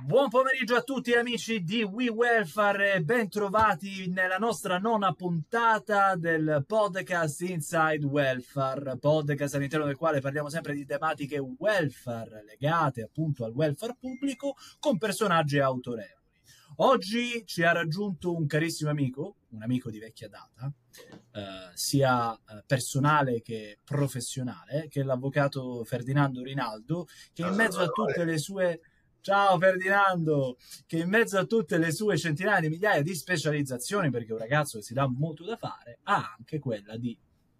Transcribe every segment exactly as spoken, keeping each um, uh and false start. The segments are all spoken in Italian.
Buon pomeriggio a tutti amici di WeWelfare e ben trovati nella nostra nona puntata del podcast Inside Welfare, podcast all'interno del quale parliamo sempre di tematiche welfare legate appunto al welfare pubblico con personaggi autorevoli. Oggi ci ha raggiunto un carissimo amico, un amico di vecchia data, eh, sia personale che professionale, che è l'avvocato Ferdinando Rinaldo, che in mezzo a tutte le sue... Ciao Ferdinando, che in mezzo a tutte le sue centinaia di migliaia di specializzazioni, perché è un ragazzo che si dà molto da fare, ha anche quella di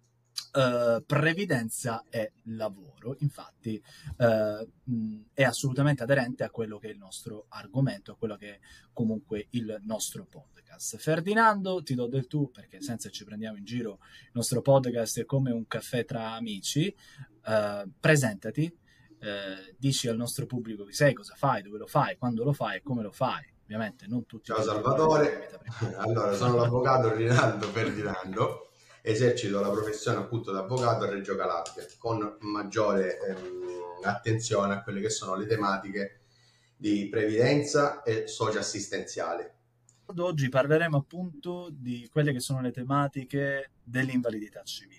uh, previdenza e lavoro. Infatti uh, mh, è assolutamente aderente a quello che è il nostro argomento, a quello che è comunque il nostro podcast. Ferdinando, ti do del tu, perché senza ci prendiamo in giro, il nostro podcast è come un caffè tra amici. Uh, presentati. Eh, dici al nostro pubblico chi sei, cosa fai, dove lo fai, quando lo fai e come lo fai. Ovviamente non tutti. Ciao Salvatore, allora sono l'avvocato Rinaldo Ferdinando, esercito la professione appunto da avvocato a Reggio Calabria con maggiore ehm, attenzione a quelle che sono le tematiche di previdenza e socio-assistenziale. Oggi parleremo appunto di quelle che sono le tematiche dell'invalidità civile.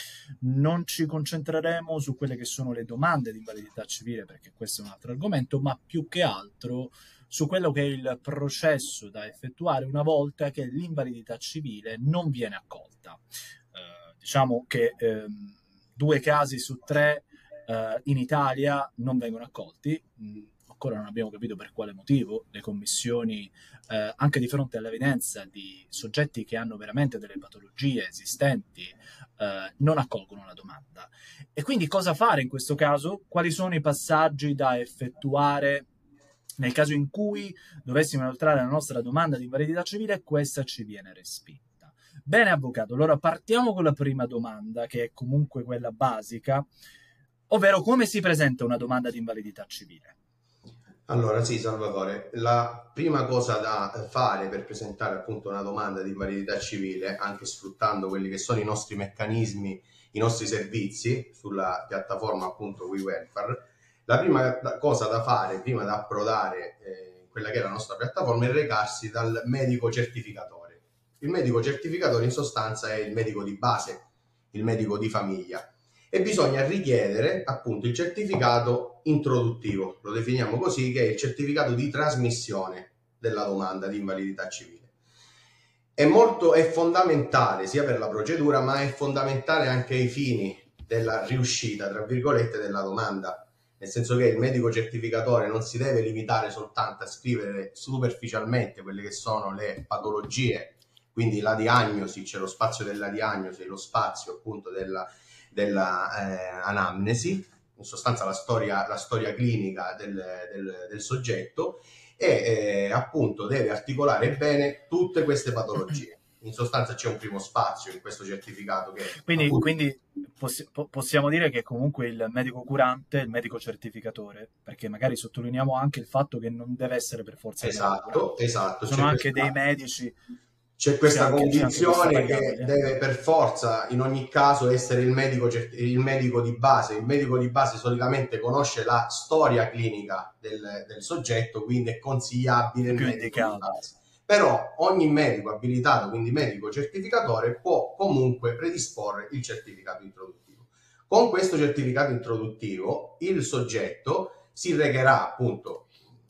Non ci concentreremo su quelle che sono le domande di invalidità civile, perché questo è un altro argomento, ma più che altro su quello che è il processo da effettuare una volta che l'invalidità civile non viene accolta. Eh, diciamo che ehm, due casi su tre eh, in Italia non vengono accolti. Ancora non abbiamo capito per quale motivo. Le commissioni, eh, anche di fronte all'evidenza di soggetti che hanno veramente delle patologie esistenti, eh, non accolgono la domanda. E quindi cosa fare in questo caso? Quali sono i passaggi da effettuare nel caso in cui dovessimo inoltrare la nostra domanda di invalidità civile e questa ci viene respinta? Bene, avvocato, allora partiamo con la prima domanda, che è comunque quella basica, ovvero come si presenta una domanda di invalidità civile? Allora sì, Salvatore, la prima cosa da fare per presentare appunto una domanda di invalidità civile, anche sfruttando quelli che sono i nostri meccanismi, i nostri servizi sulla piattaforma appunto WeWelfare, la prima cosa da fare prima di approdare eh, quella che è la nostra piattaforma è recarsi dal medico certificatore. Il medico certificatore in sostanza è il medico di base, il medico di famiglia. E bisogna richiedere appunto il certificato introduttivo, lo definiamo così, che è il certificato di trasmissione della domanda di invalidità civile. È molto, è fondamentale sia per la procedura, ma è fondamentale anche ai fini della riuscita, tra virgolette, della domanda, nel senso che il medico certificatore non si deve limitare soltanto a scrivere superficialmente quelle che sono le patologie, quindi la diagnosi, c'è lo spazio della diagnosi, lo spazio appunto della della eh, anamnesi, in sostanza la storia, la storia clinica del, del, del soggetto, e eh, appunto deve articolare bene tutte queste patologie. In sostanza c'è un primo spazio in questo certificato che quindi, appunto... quindi possi- possiamo dire che comunque il medico curante, il medico certificatore, perché magari sottolineiamo anche il fatto che non deve essere per forza esatto, esatto, sono anche questa... dei medici. C'è questa c'è condizione che deve per forza in ogni caso essere il medico, il medico di base. Il medico di base solitamente conosce la storia clinica del, del soggetto, quindi è consigliabile il medico indicato. Di base. Però ogni medico abilitato, quindi medico certificatore, può comunque predisporre il certificato introduttivo. Con questo certificato introduttivo il soggetto si recherà appunto,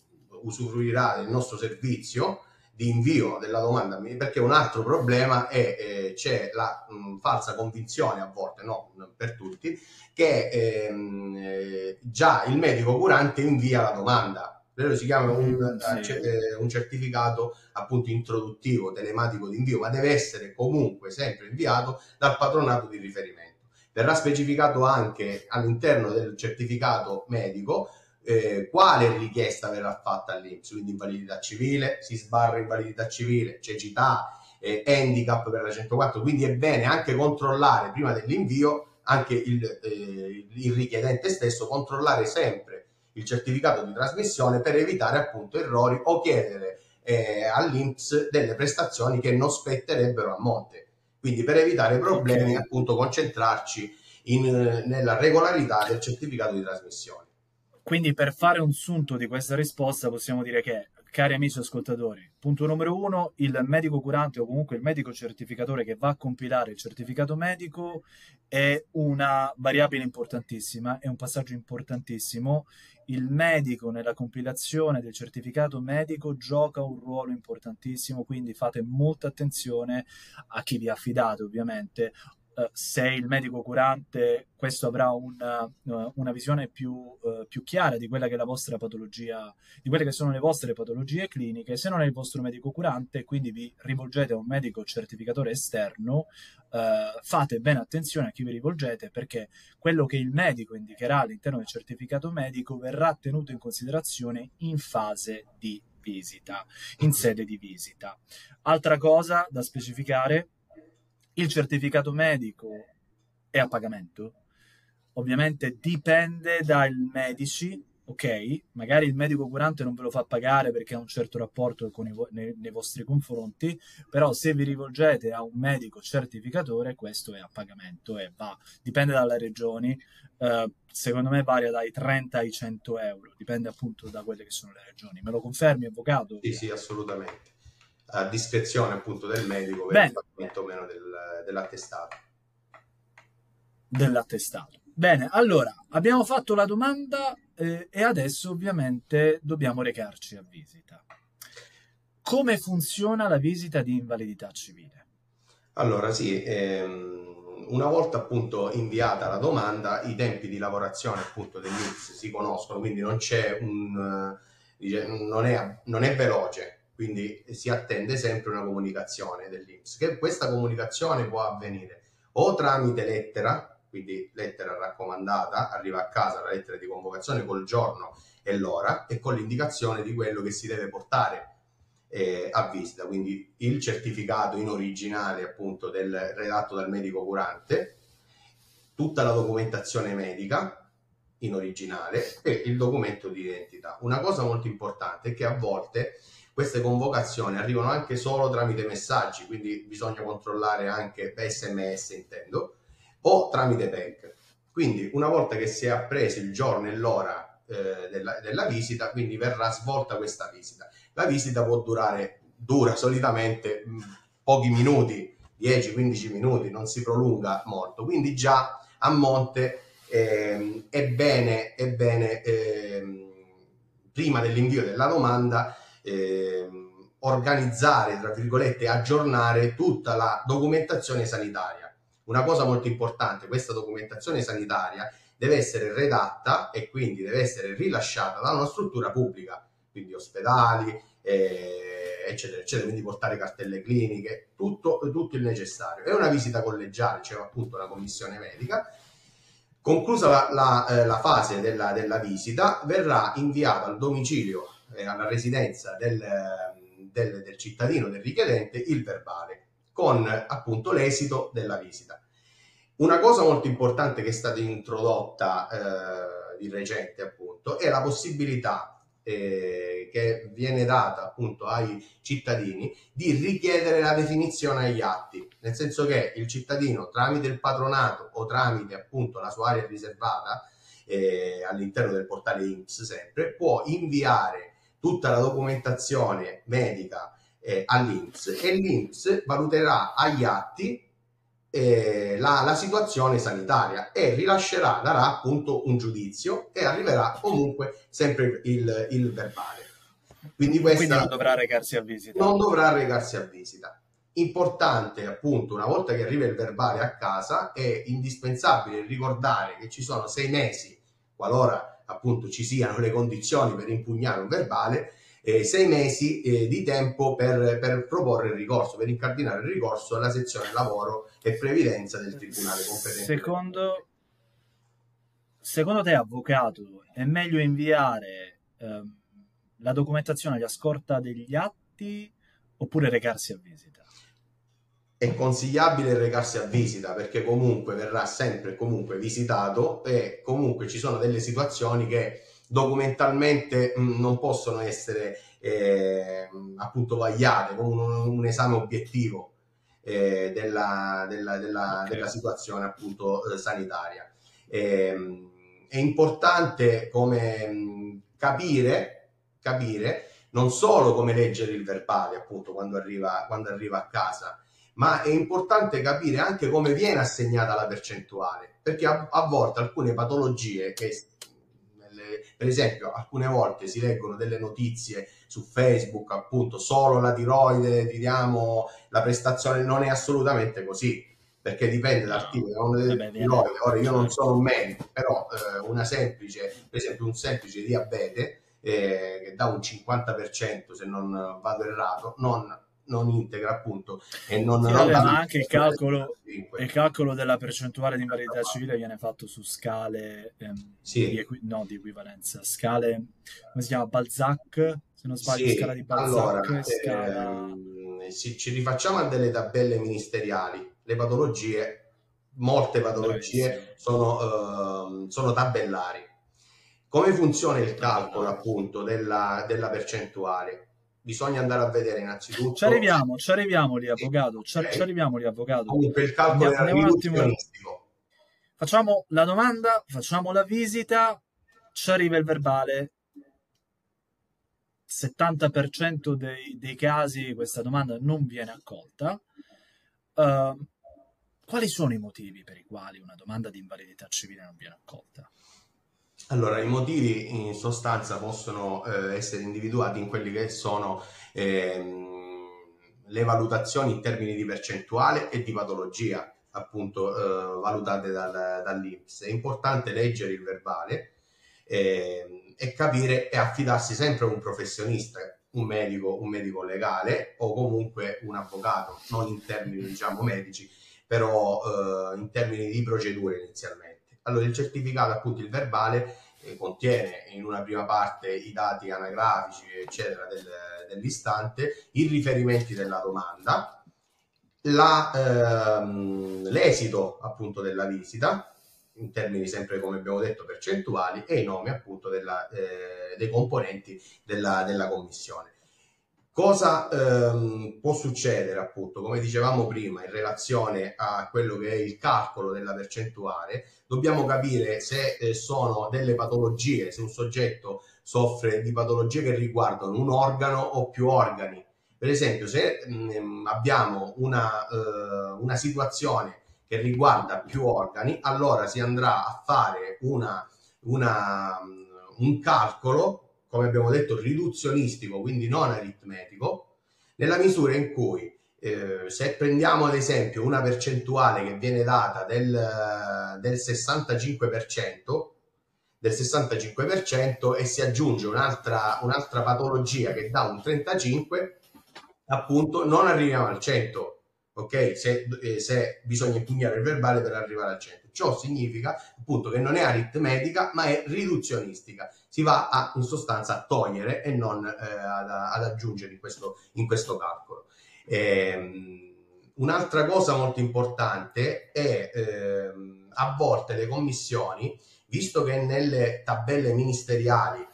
usufruirà del nostro servizio di invio della domanda, perché un altro problema è eh, c'è la mh, falsa convinzione, a volte no, per tutti, che ehm, eh, già il medico curante invia la domanda. Quello si chiama un, sì. eh, un certificato appunto introduttivo telematico di invio, ma deve essere comunque sempre inviato dal patronato di riferimento. Verrà specificato anche all'interno del certificato medico Eh, quale richiesta verrà fatta all'I N P S, quindi invalidità civile, si sbarra invalidità civile, cecità, eh, handicap per la centoquattro, quindi è bene anche controllare prima dell'invio, anche il, eh, il richiedente stesso, controllare sempre il certificato di trasmissione per evitare appunto errori o chiedere eh, all'I N P S delle prestazioni che non spetterebbero a monte, quindi per evitare problemi okay. appunto concentrarci in, nella regolarità del certificato di trasmissione. Quindi per fare un sunto di questa risposta possiamo dire che, cari amici ascoltatori, punto numero uno, il medico curante o comunque il medico certificatore che va a compilare il certificato medico è una variabile importantissima, è un passaggio importantissimo. Il medico nella compilazione del certificato medico gioca un ruolo importantissimo, quindi fate molta attenzione a chi vi affidate, ovviamente. Uh, se il medico curante, questo avrà una, uh, una visione più, uh, più chiara di quella che è la vostra patologia, di quelle che sono le vostre patologie cliniche. Se non è il vostro medico curante, quindi vi rivolgete a un medico certificatore esterno, uh, fate bene attenzione a chi vi rivolgete, perché quello che il medico indicherà all'interno del certificato medico verrà tenuto in considerazione in fase di visita, in sede di visita. Altra cosa da specificare: il certificato medico è a pagamento, ovviamente dipende dai medici, ok? Magari il medico curante non ve lo fa pagare perché ha un certo rapporto con i vo- nei, nei vostri confronti, però se vi rivolgete a un medico certificatore, questo è a pagamento e va, dipende dalle regioni, eh, secondo me varia dai trenta ai cento euro, dipende appunto da quelle che sono le regioni. Me lo confermi, avvocato? Sì, sì, assolutamente. A discrezione appunto del medico per il pagamento o meno del, dell'attestato. Dell'attestato. Bene, allora abbiamo fatto la domanda eh, e adesso ovviamente dobbiamo recarci a visita. Come funziona la visita di invalidità civile? Allora sì, ehm, una volta appunto inviata la domanda, i tempi di lavorazione appunto dell'I N P S si conoscono, quindi non c'è un dice, non è, non è veloce. Quindi si attende sempre una comunicazione dell'I N P S, che questa comunicazione può avvenire o tramite lettera, quindi lettera raccomandata, arriva a casa la lettera di convocazione col giorno e l'ora e con l'indicazione di quello che si deve portare eh, a visita, quindi il certificato in originale appunto del redatto dal medico curante, tutta la documentazione medica in originale e il documento di identità. Una cosa molto importante è che a volte queste convocazioni arrivano anche solo tramite messaggi, quindi bisogna controllare anche S M S, intendo, o tramite P E C. Quindi una volta che si è appreso il giorno e l'ora eh, della, della visita, quindi verrà svolta questa visita. La visita può durare, dura solitamente mh, pochi minuti, dieci quindici minuti, non si prolunga molto, quindi già a monte eh, è bene, è bene eh, prima dell'invio della domanda Eh, organizzare, tra virgolette, aggiornare tutta la documentazione sanitaria. Una cosa molto importante: questa documentazione sanitaria deve essere redatta e quindi deve essere rilasciata da una struttura pubblica, quindi ospedali, eh, eccetera, eccetera, quindi portare cartelle cliniche, tutto, tutto il necessario. È una visita collegiale, c'è cioè appunto una commissione medica. Conclusa la, la, eh, la fase della, della visita, verrà inviato al domicilio, alla residenza del, del, del cittadino, del richiedente, il verbale con appunto l'esito della visita. Una cosa molto importante che è stata introdotta eh, di recente appunto è la possibilità eh, che viene data appunto ai cittadini di richiedere la definizione agli atti, nel senso che il cittadino tramite il patronato o tramite appunto la sua area riservata eh, all'interno del portale I N P S sempre può inviare tutta la documentazione medica eh, all'I N P S e l'I N P S valuterà agli atti eh, la, la situazione sanitaria e rilascerà, darà appunto un giudizio e arriverà comunque sempre il, il verbale. Quindi, questa, Quindi non dovrà recarsi a visita. Non dovrà recarsi a visita. Importante appunto, una volta che arriva il verbale a casa, è indispensabile ricordare che ci sono sei mesi, qualora appunto ci siano le condizioni per impugnare un verbale, eh, sei mesi eh, di tempo per, per proporre il ricorso, per incardinare il ricorso alla sezione lavoro e previdenza del tribunale competente. Secondo, secondo te, avvocato, è meglio inviare eh, la documentazione agli scorta degli atti oppure recarsi a visita? È consigliabile recarsi a visita perché comunque verrà sempre comunque visitato e comunque ci sono delle situazioni che documentalmente mh, non possono essere eh, appunto vagliate con un, un esame obiettivo eh, della, della, della, okay. della situazione appunto eh, sanitaria. E, è importante come mh, capire, capire non solo come leggere il verbale, appunto, quando arriva, quando arriva a casa, ma è importante capire anche come viene assegnata la percentuale, perché a, a volte alcune patologie che, per esempio, alcune volte si leggono delle notizie su Facebook, appunto, solo la tiroide, diciamo, la prestazione, non è assolutamente così, perché dipende dal tipo di tiroide. Ora, io non sono un medico, però eh, una semplice, per esempio, un semplice diabete, eh, che dà un cinquanta per cento, se non vado errato, non non integra, appunto, e non, sì, non vabbè, ma anche il calcolo, il calcolo della percentuale di invalidità civile viene fatto su scale ehm, sì. di, equi- no, di equivalenza, scale, come si chiama, Balzac, se non sbaglio, Sì, scala di Balzac, allora, scala... ehm, sì, ci rifacciamo a delle tabelle ministeriali. Le patologie, molte patologie sono, ehm, sono tabellari. Come funziona il calcolo, appunto, della, della percentuale? Bisogna andare a vedere innanzitutto... Ci arriviamo, ci arriviamo lì, avvocato, ci, okay. ci arriviamo lì, avvocato. Comunque il calcolo Andiamo, era andiamo un attimo... riduzionistico. Facciamo la domanda, facciamo la visita, ci arriva il verbale. settanta per cento dei, dei casi questa domanda non viene accolta. Uh, quali sono i motivi per i quali una domanda di invalidità civile non viene accolta? Allora, i motivi in sostanza possono eh, essere individuati in quelli che sono ehm, le valutazioni in termini di percentuale e di patologia, appunto eh, valutate dal, dall'I N P S. È importante leggere il verbale eh, e capire e affidarsi sempre a un professionista, un medico, un medico legale o comunque un avvocato, non in termini, diciamo, medici, però eh, in termini di procedure inizialmente. Allora, il certificato, appunto il verbale, eh, contiene in una prima parte i dati anagrafici, eccetera, del, dell'istante, i riferimenti della domanda, la, ehm, l'esito, appunto, della visita, in termini sempre, come abbiamo detto, percentuali, e i nomi, appunto, della, eh, dei componenti della, della commissione. Cosa ehm, può succedere, appunto, come dicevamo prima, in relazione a quello che è il calcolo della percentuale? Dobbiamo capire se eh, sono delle patologie, se un soggetto soffre di patologie che riguardano un organo o più organi. Per esempio, se mh, abbiamo una, eh, una situazione che riguarda più organi, allora si andrà a fare una, una, un calcolo, come abbiamo detto, riduzionistico, quindi non aritmetico, nella misura in cui eh, se prendiamo ad esempio una percentuale che viene data del, del sessantacinque per cento, del sessantacinque per cento e si aggiunge un'altra, un'altra patologia che dà un trentacinque per cento, appunto non arriviamo al cento, ok? Se, eh, se bisogna impugnare il verbale per arrivare al cento. Ciò significa, appunto, che non è aritmetica ma è riduzionistica. Si va a, in sostanza, a togliere e non eh, ad, ad aggiungere in questo, in questo calcolo. Ehm, un'altra cosa molto importante è ehm, a volte le commissioni, visto che nelle tabelle ministeriali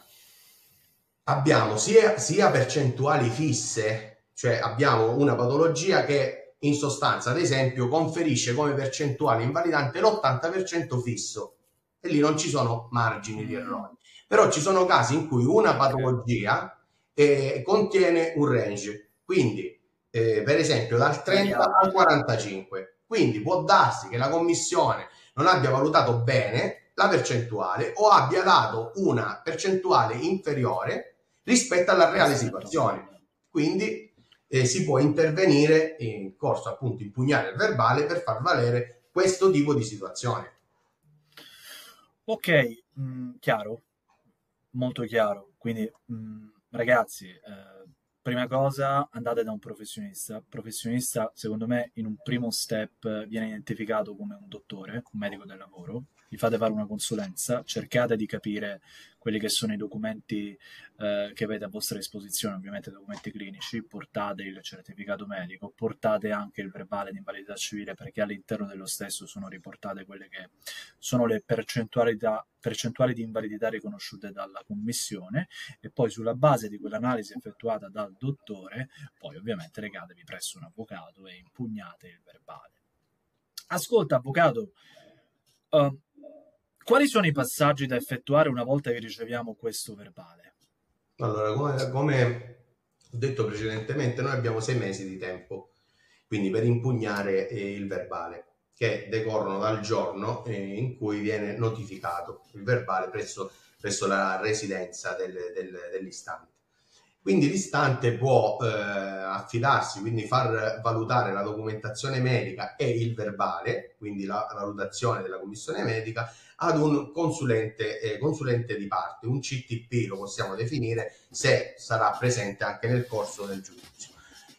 abbiamo sia, sia percentuali fisse, cioè abbiamo una patologia che in sostanza, ad esempio, conferisce come percentuale invalidante l'ottanta per cento fisso, e lì non ci sono margini di errore. Però ci sono casi in cui una patologia eh, contiene un range, quindi eh, per esempio dal trenta al quarantacinque, quindi può darsi che la commissione non abbia valutato bene la percentuale o abbia dato una percentuale inferiore rispetto alla reale situazione. Quindi eh, si può intervenire in corso, appunto, impugnare il verbale per far valere questo tipo di situazione. Ok, mh, chiaro, molto chiaro. Quindi, mh, ragazzi, eh, prima cosa, andate da un professionista. Professionista, secondo me, in un primo step viene identificato come un dottore, un medico del lavoro. Gli fate fare una consulenza, cercate di capire quelli che sono i documenti eh, che avete a vostra disposizione, ovviamente documenti clinici, portate il certificato medico, portate anche il verbale di invalidità civile, perché all'interno dello stesso sono riportate quelle che sono le percentuali, da, percentuali di invalidità riconosciute dalla commissione, e poi sulla base di quell'analisi effettuata dal dottore, poi ovviamente recatevi presso un avvocato e impugnate il verbale. Ascolta, avvocato, uh, Quali sono i passaggi da effettuare una volta che riceviamo questo verbale? Allora, come, come ho detto precedentemente, noi abbiamo sei mesi di tempo, quindi per impugnare eh, il verbale, che decorrono dal giorno eh, in cui viene notificato il verbale presso, presso la residenza del, del, dell'istante. Quindi l'istante può eh, affidarsi, quindi far valutare la documentazione medica e il verbale, quindi la, la valutazione della commissione medica, ad un consulente, eh, consulente di parte, un C T P lo possiamo definire, se sarà presente anche nel corso del giudizio.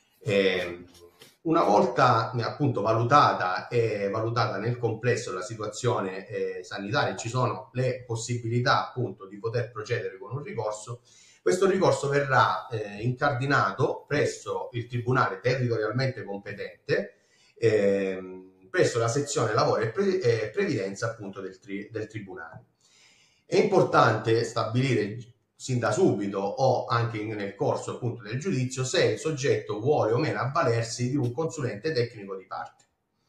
Eh, una volta appunto valutata e valutata nel complesso la situazione eh, sanitaria, ci sono le possibilità appunto di poter procedere con un ricorso. Questo ricorso verrà eh, incardinato presso il tribunale territorialmente competente, eh, presso la sezione lavoro e, pre- e previdenza appunto del, tri- del tribunale. È importante stabilire sin da subito o anche in, nel corso appunto del giudizio se il soggetto vuole o meno avvalersi di un consulente tecnico di parte.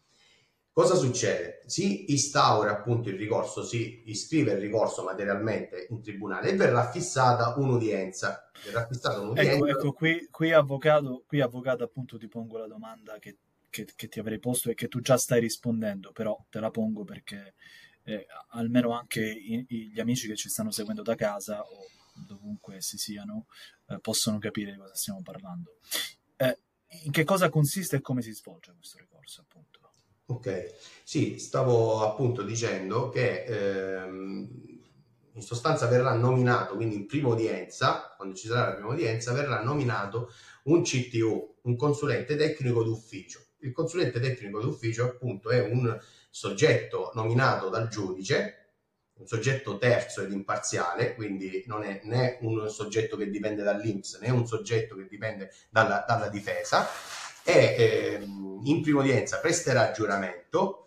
Cosa succede? Si instaura appunto il ricorso, si iscrive il ricorso materialmente in tribunale e verrà fissata un'udienza. Verrà fissata un'udienza. Ecco, ecco qui, qui, avvocato, qui avvocato appunto ti pongo la domanda che, che, che ti avrei posto e che tu già stai rispondendo, però te la pongo perché eh, almeno anche i, i, gli amici che ci stanno seguendo da casa o dovunque si siano eh, possono capire di cosa stiamo parlando. Eh, in che cosa consiste e come si svolge questo ricorso appunto? Ok, sì, stavo appunto dicendo che ehm, in sostanza verrà nominato, quindi in prima udienza, quando ci sarà la prima udienza, verrà nominato un C T U, un consulente tecnico d'ufficio. Il consulente tecnico d'ufficio appunto è un soggetto nominato dal giudice, un soggetto terzo ed imparziale, quindi non è né un soggetto che dipende dall'I N P S né un soggetto che dipende dalla, dalla difesa, e ehm, in prima udienza presterà giuramento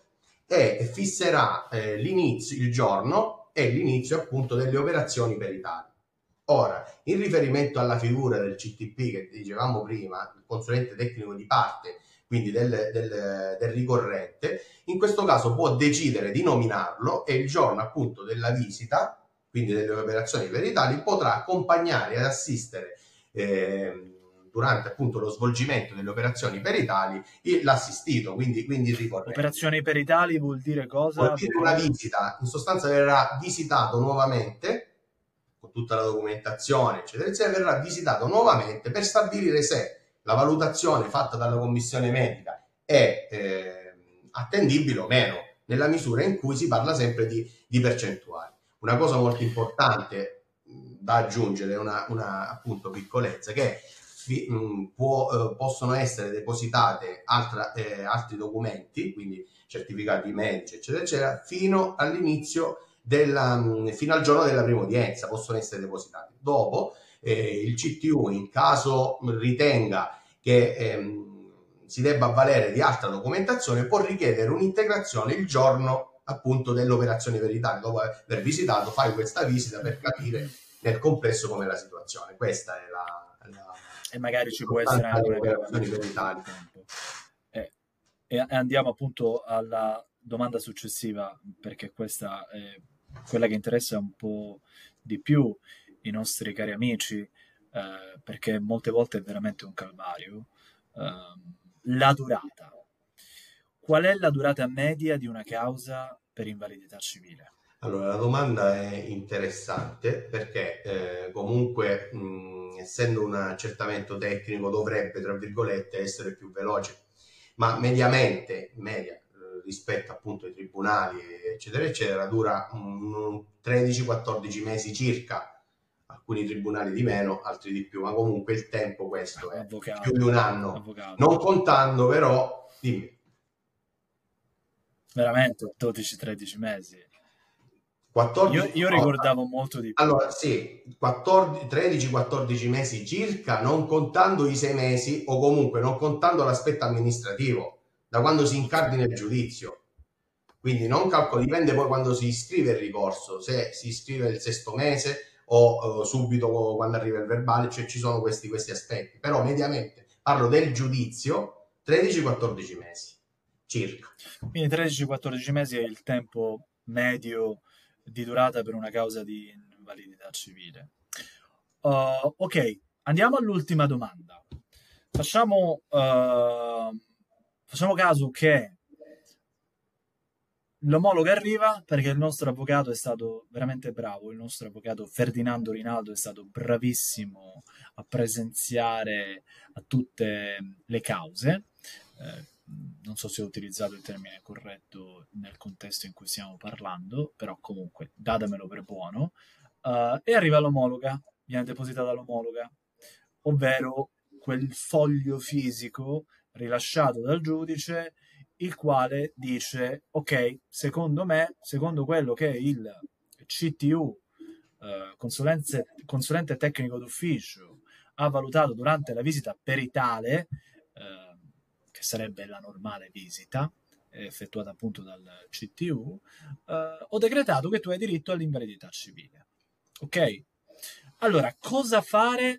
e fisserà eh, l'inizio, il giorno e l'inizio appunto delle operazioni peritali. Ora, in riferimento alla figura del C T P che dicevamo prima, il consulente tecnico di parte, quindi del, del, del ricorrente, in questo caso può decidere di nominarlo e il giorno appunto della visita, quindi delle operazioni peritali, potrà accompagnare ed assistere eh, durante appunto lo svolgimento delle operazioni peritali l'assistito, quindi, quindi il ricorrente. Operazioni peritali vuol dire cosa? Vuol dire una visita, in sostanza verrà visitato nuovamente con tutta la documentazione eccetera eccetera, verrà visitato nuovamente per stabilire se la valutazione fatta dalla commissione medica è eh, attendibile o meno, nella misura in cui si parla sempre di, di percentuali. Una cosa molto importante da aggiungere, una, una appunto piccolezza, che fi, mh, può, eh, possono essere depositate altra, eh, altri documenti, quindi certificati medici eccetera eccetera, fino all'inizio della, mh, fino al giorno della prima udienza possono essere depositati. Dopo eh, il C T U, in caso ritenga che ehm, si debba avvalere di altra documentazione, può richiedere un'integrazione il giorno appunto dell'operazione veritale. Dopo aver visitato, fai questa visita per capire nel complesso com'è la situazione. Questa è la, la e magari ci può essere anche un'operazione veritale. Eh, e andiamo appunto alla domanda successiva, perché questa è quella che interessa un po' di più i nostri cari amici, eh, perché molte volte è veramente un calvario. Eh, la durata. Qual è la durata media di una causa per invalidità civile? Allora, la domanda è interessante perché eh, comunque mh, essendo un accertamento tecnico dovrebbe, tra virgolette, essere più veloce, ma mediamente, media, rispetto appunto ai tribunali eccetera eccetera, dura um, tredici quattordici mesi circa, alcuni tribunali di meno, altri di più, ma comunque il tempo questo è avvocato, più di un anno, avvocato. Non contando però, dimmi. Veramente dodici tredici mesi. quattordici, io, io ricordavo molto di più. Allora sì, tredici quattordici mesi circa, non contando i sei mesi o comunque non contando l'aspetto amministrativo, da quando si incardina il giudizio. Quindi non calcolo, dipende poi quando si iscrive il ricorso, se si iscrive il sesto mese o uh, subito quando arriva il verbale, cioè ci sono questi, questi aspetti. Però mediamente parlo del giudizio, tredici quattordici mesi circa. Quindi tredici quattordici mesi è il tempo medio di durata per una causa di invalidità civile. Uh, ok, andiamo all'ultima domanda. Facciamo, uh, facciamo caso che l'omologa arriva, perché il nostro avvocato è stato veramente bravo, il nostro avvocato Ferdinando Rinaldo è stato bravissimo a presenziare a tutte le cause. Eh, non so se ho utilizzato il termine corretto nel contesto in cui stiamo parlando, però comunque datemelo per buono. Uh, e arriva l'omologa, viene depositata l'omologa, ovvero quel foglio fisico rilasciato dal giudice, il quale dice: ok, secondo me, secondo quello che il C T U, eh, consulente, consulente tecnico d'ufficio, ha valutato durante la visita peritale, eh, che sarebbe la normale visita effettuata appunto dal C T U, eh, ho decretato che tu hai diritto all'invalidità civile. Ok? Allora, cosa fare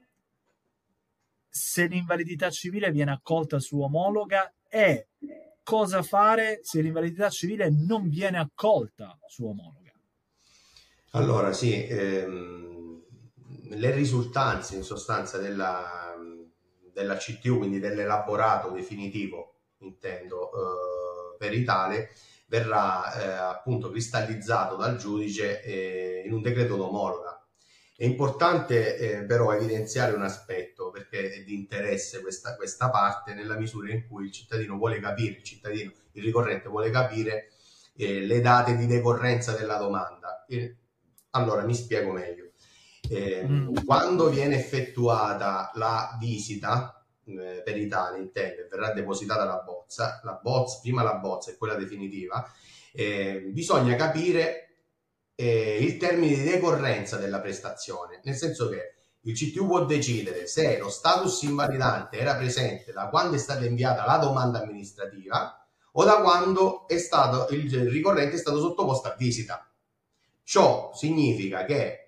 se l'invalidità civile viene accolta su omologa e cosa fare se l'invalidità civile non viene accolta su omologa? Allora, sì, ehm, le risultanze in sostanza della, della C T U, quindi dell'elaborato definitivo, intendo, eh, peritale, verrà eh, appunto cristallizzato dal giudice eh, in un decreto d'omologa. È importante eh, però evidenziare un aspetto, perché è di interesse questa, questa parte, nella misura in cui il cittadino vuole capire, il cittadino, il ricorrente vuole capire eh, le date di decorrenza della domanda. Eh, allora, mi spiego meglio. Eh, mm. Quando viene effettuata la visita eh, peritale, intende, verrà depositata la bozza, la bozza, prima la bozza e quella definitiva, eh, bisogna capire eh, il termine di decorrenza della prestazione, nel senso che il C T U può decidere se lo status invalidante era presente da quando è stata inviata la domanda amministrativa o da quando è stato, il ricorrente è stato sottoposto a visita. Ciò significa che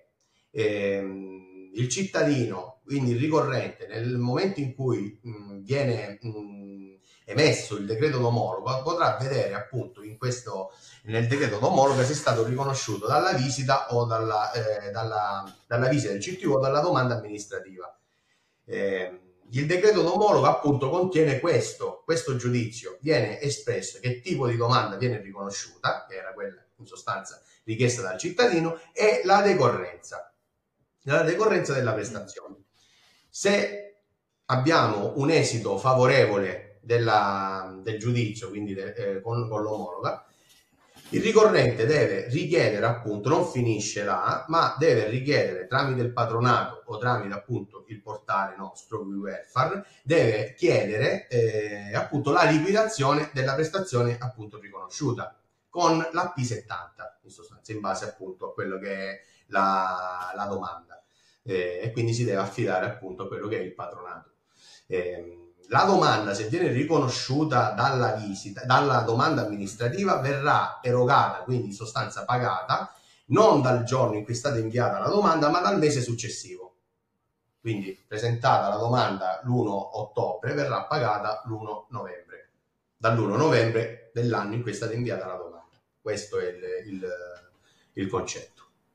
ehm, il cittadino, quindi il ricorrente, nel momento in cui mh, viene mh, emesso il decreto d'omologo, potrà vedere appunto in questo, nel decreto d'omologo se è stato riconosciuto dalla visita o dalla, eh, dalla, dalla visita del C T U o dalla domanda amministrativa. Eh, il decreto d'omologo appunto contiene questo, questo giudizio, viene espresso che tipo di domanda viene riconosciuta, che era quella in sostanza richiesta dal cittadino, e la decorrenza, la decorrenza della prestazione. Se abbiamo un esito favorevole della, del giudizio, quindi de, eh, con, con l'omologa, il ricorrente deve richiedere appunto, non finisce là, ma deve richiedere tramite il patronato o tramite appunto il portale nostro WeWelfare, deve chiedere eh, appunto la liquidazione della prestazione appunto riconosciuta con la P settanta, in sostanza, in base appunto a quello che è la, la domanda, eh, e quindi si deve affidare appunto a quello che è il patronato. Eh, la domanda, se viene riconosciuta dalla visita, dalla domanda amministrativa, verrà erogata, quindi in sostanza pagata, non dal giorno in cui è stata inviata la domanda, ma dal mese successivo. Quindi presentata la domanda l'primo ottobre, verrà pagata l'primo novembre, dall'primo novembre dell'anno in cui è stata inviata la domanda. Questo è il, il, il concetto.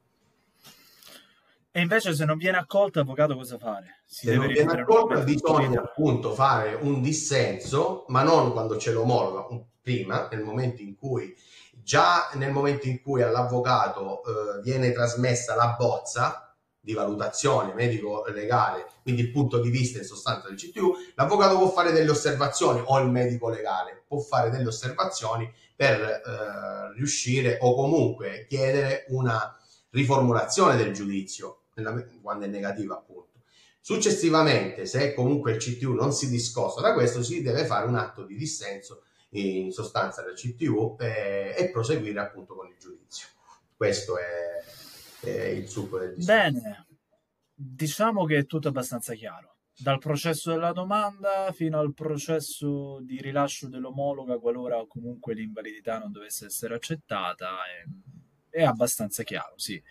E invece se non viene accolta, avvocato, cosa fare? Si se non viene accolta bisogna appunto fare un dissenso, ma non quando c'è l'omologa, prima, nel momento in cui già nel momento in cui all'avvocato eh, viene trasmessa la bozza di valutazione medico-legale, quindi il punto di vista in sostanza del C T U, l'avvocato può fare delle osservazioni, o il medico legale può fare delle osservazioni per eh, riuscire o comunque chiedere una riformulazione del giudizio quando è negativa appunto. Successivamente, se comunque il C T U non si discosta da questo, si deve fare un atto di dissenso in sostanza del C T U e, e proseguire appunto con il giudizio. Questo è, è il succo del discorso. Bene, diciamo che è tutto abbastanza chiaro. Dal processo della domanda fino al processo di rilascio dell'omologa, qualora comunque l'invalidità non dovesse essere accettata, è, è abbastanza chiaro, sì.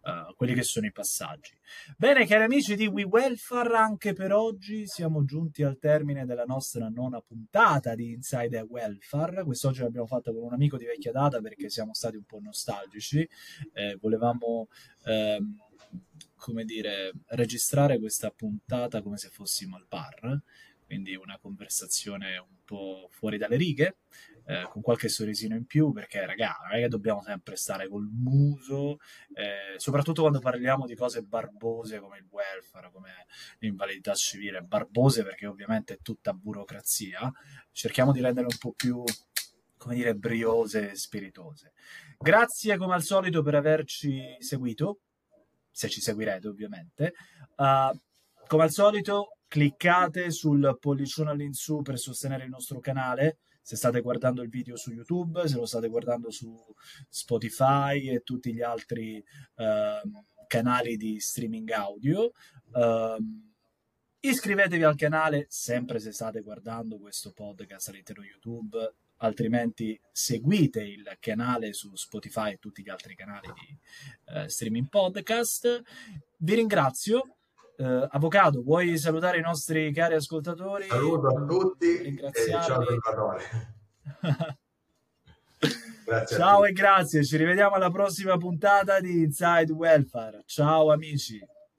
uh, quelli che sono i passaggi. Bene, cari amici di We Welfare, anche per oggi siamo giunti al termine della nostra nona puntata di Inside a Welfare. Quest'oggi l'abbiamo fatta con un amico di vecchia data perché siamo stati un po' nostalgici, eh, volevamo ehm, come dire, registrare questa puntata come se fossimo al bar, quindi una conversazione un po' fuori dalle righe, eh, con qualche sorrisino in più, perché raga, non è che dobbiamo sempre stare col muso, eh, soprattutto quando parliamo di cose barbose come il welfare, come l'invalidità civile, barbose perché ovviamente è tutta burocrazia, cerchiamo di renderle un po' più, come dire, briose e spiritose. Grazie come al solito per averci seguito, se ci seguirete ovviamente. Uh, come al solito cliccate sul pollicione all'insù per sostenere il nostro canale, se state guardando il video su YouTube, se lo state guardando su Spotify e tutti gli altri uh, canali di streaming audio. Uh, iscrivetevi al canale sempre se state guardando questo podcast all'interno YouTube, altrimenti seguite il canale su Spotify e tutti gli altri canali di uh, streaming podcast. Vi ringrazio. Uh, Avvocato, vuoi salutare i nostri cari ascoltatori? Saluto a tutti e ciao Salvatore. Grazie ciao e grazie, ci rivediamo alla prossima puntata di Inside Welfare. Ciao amici.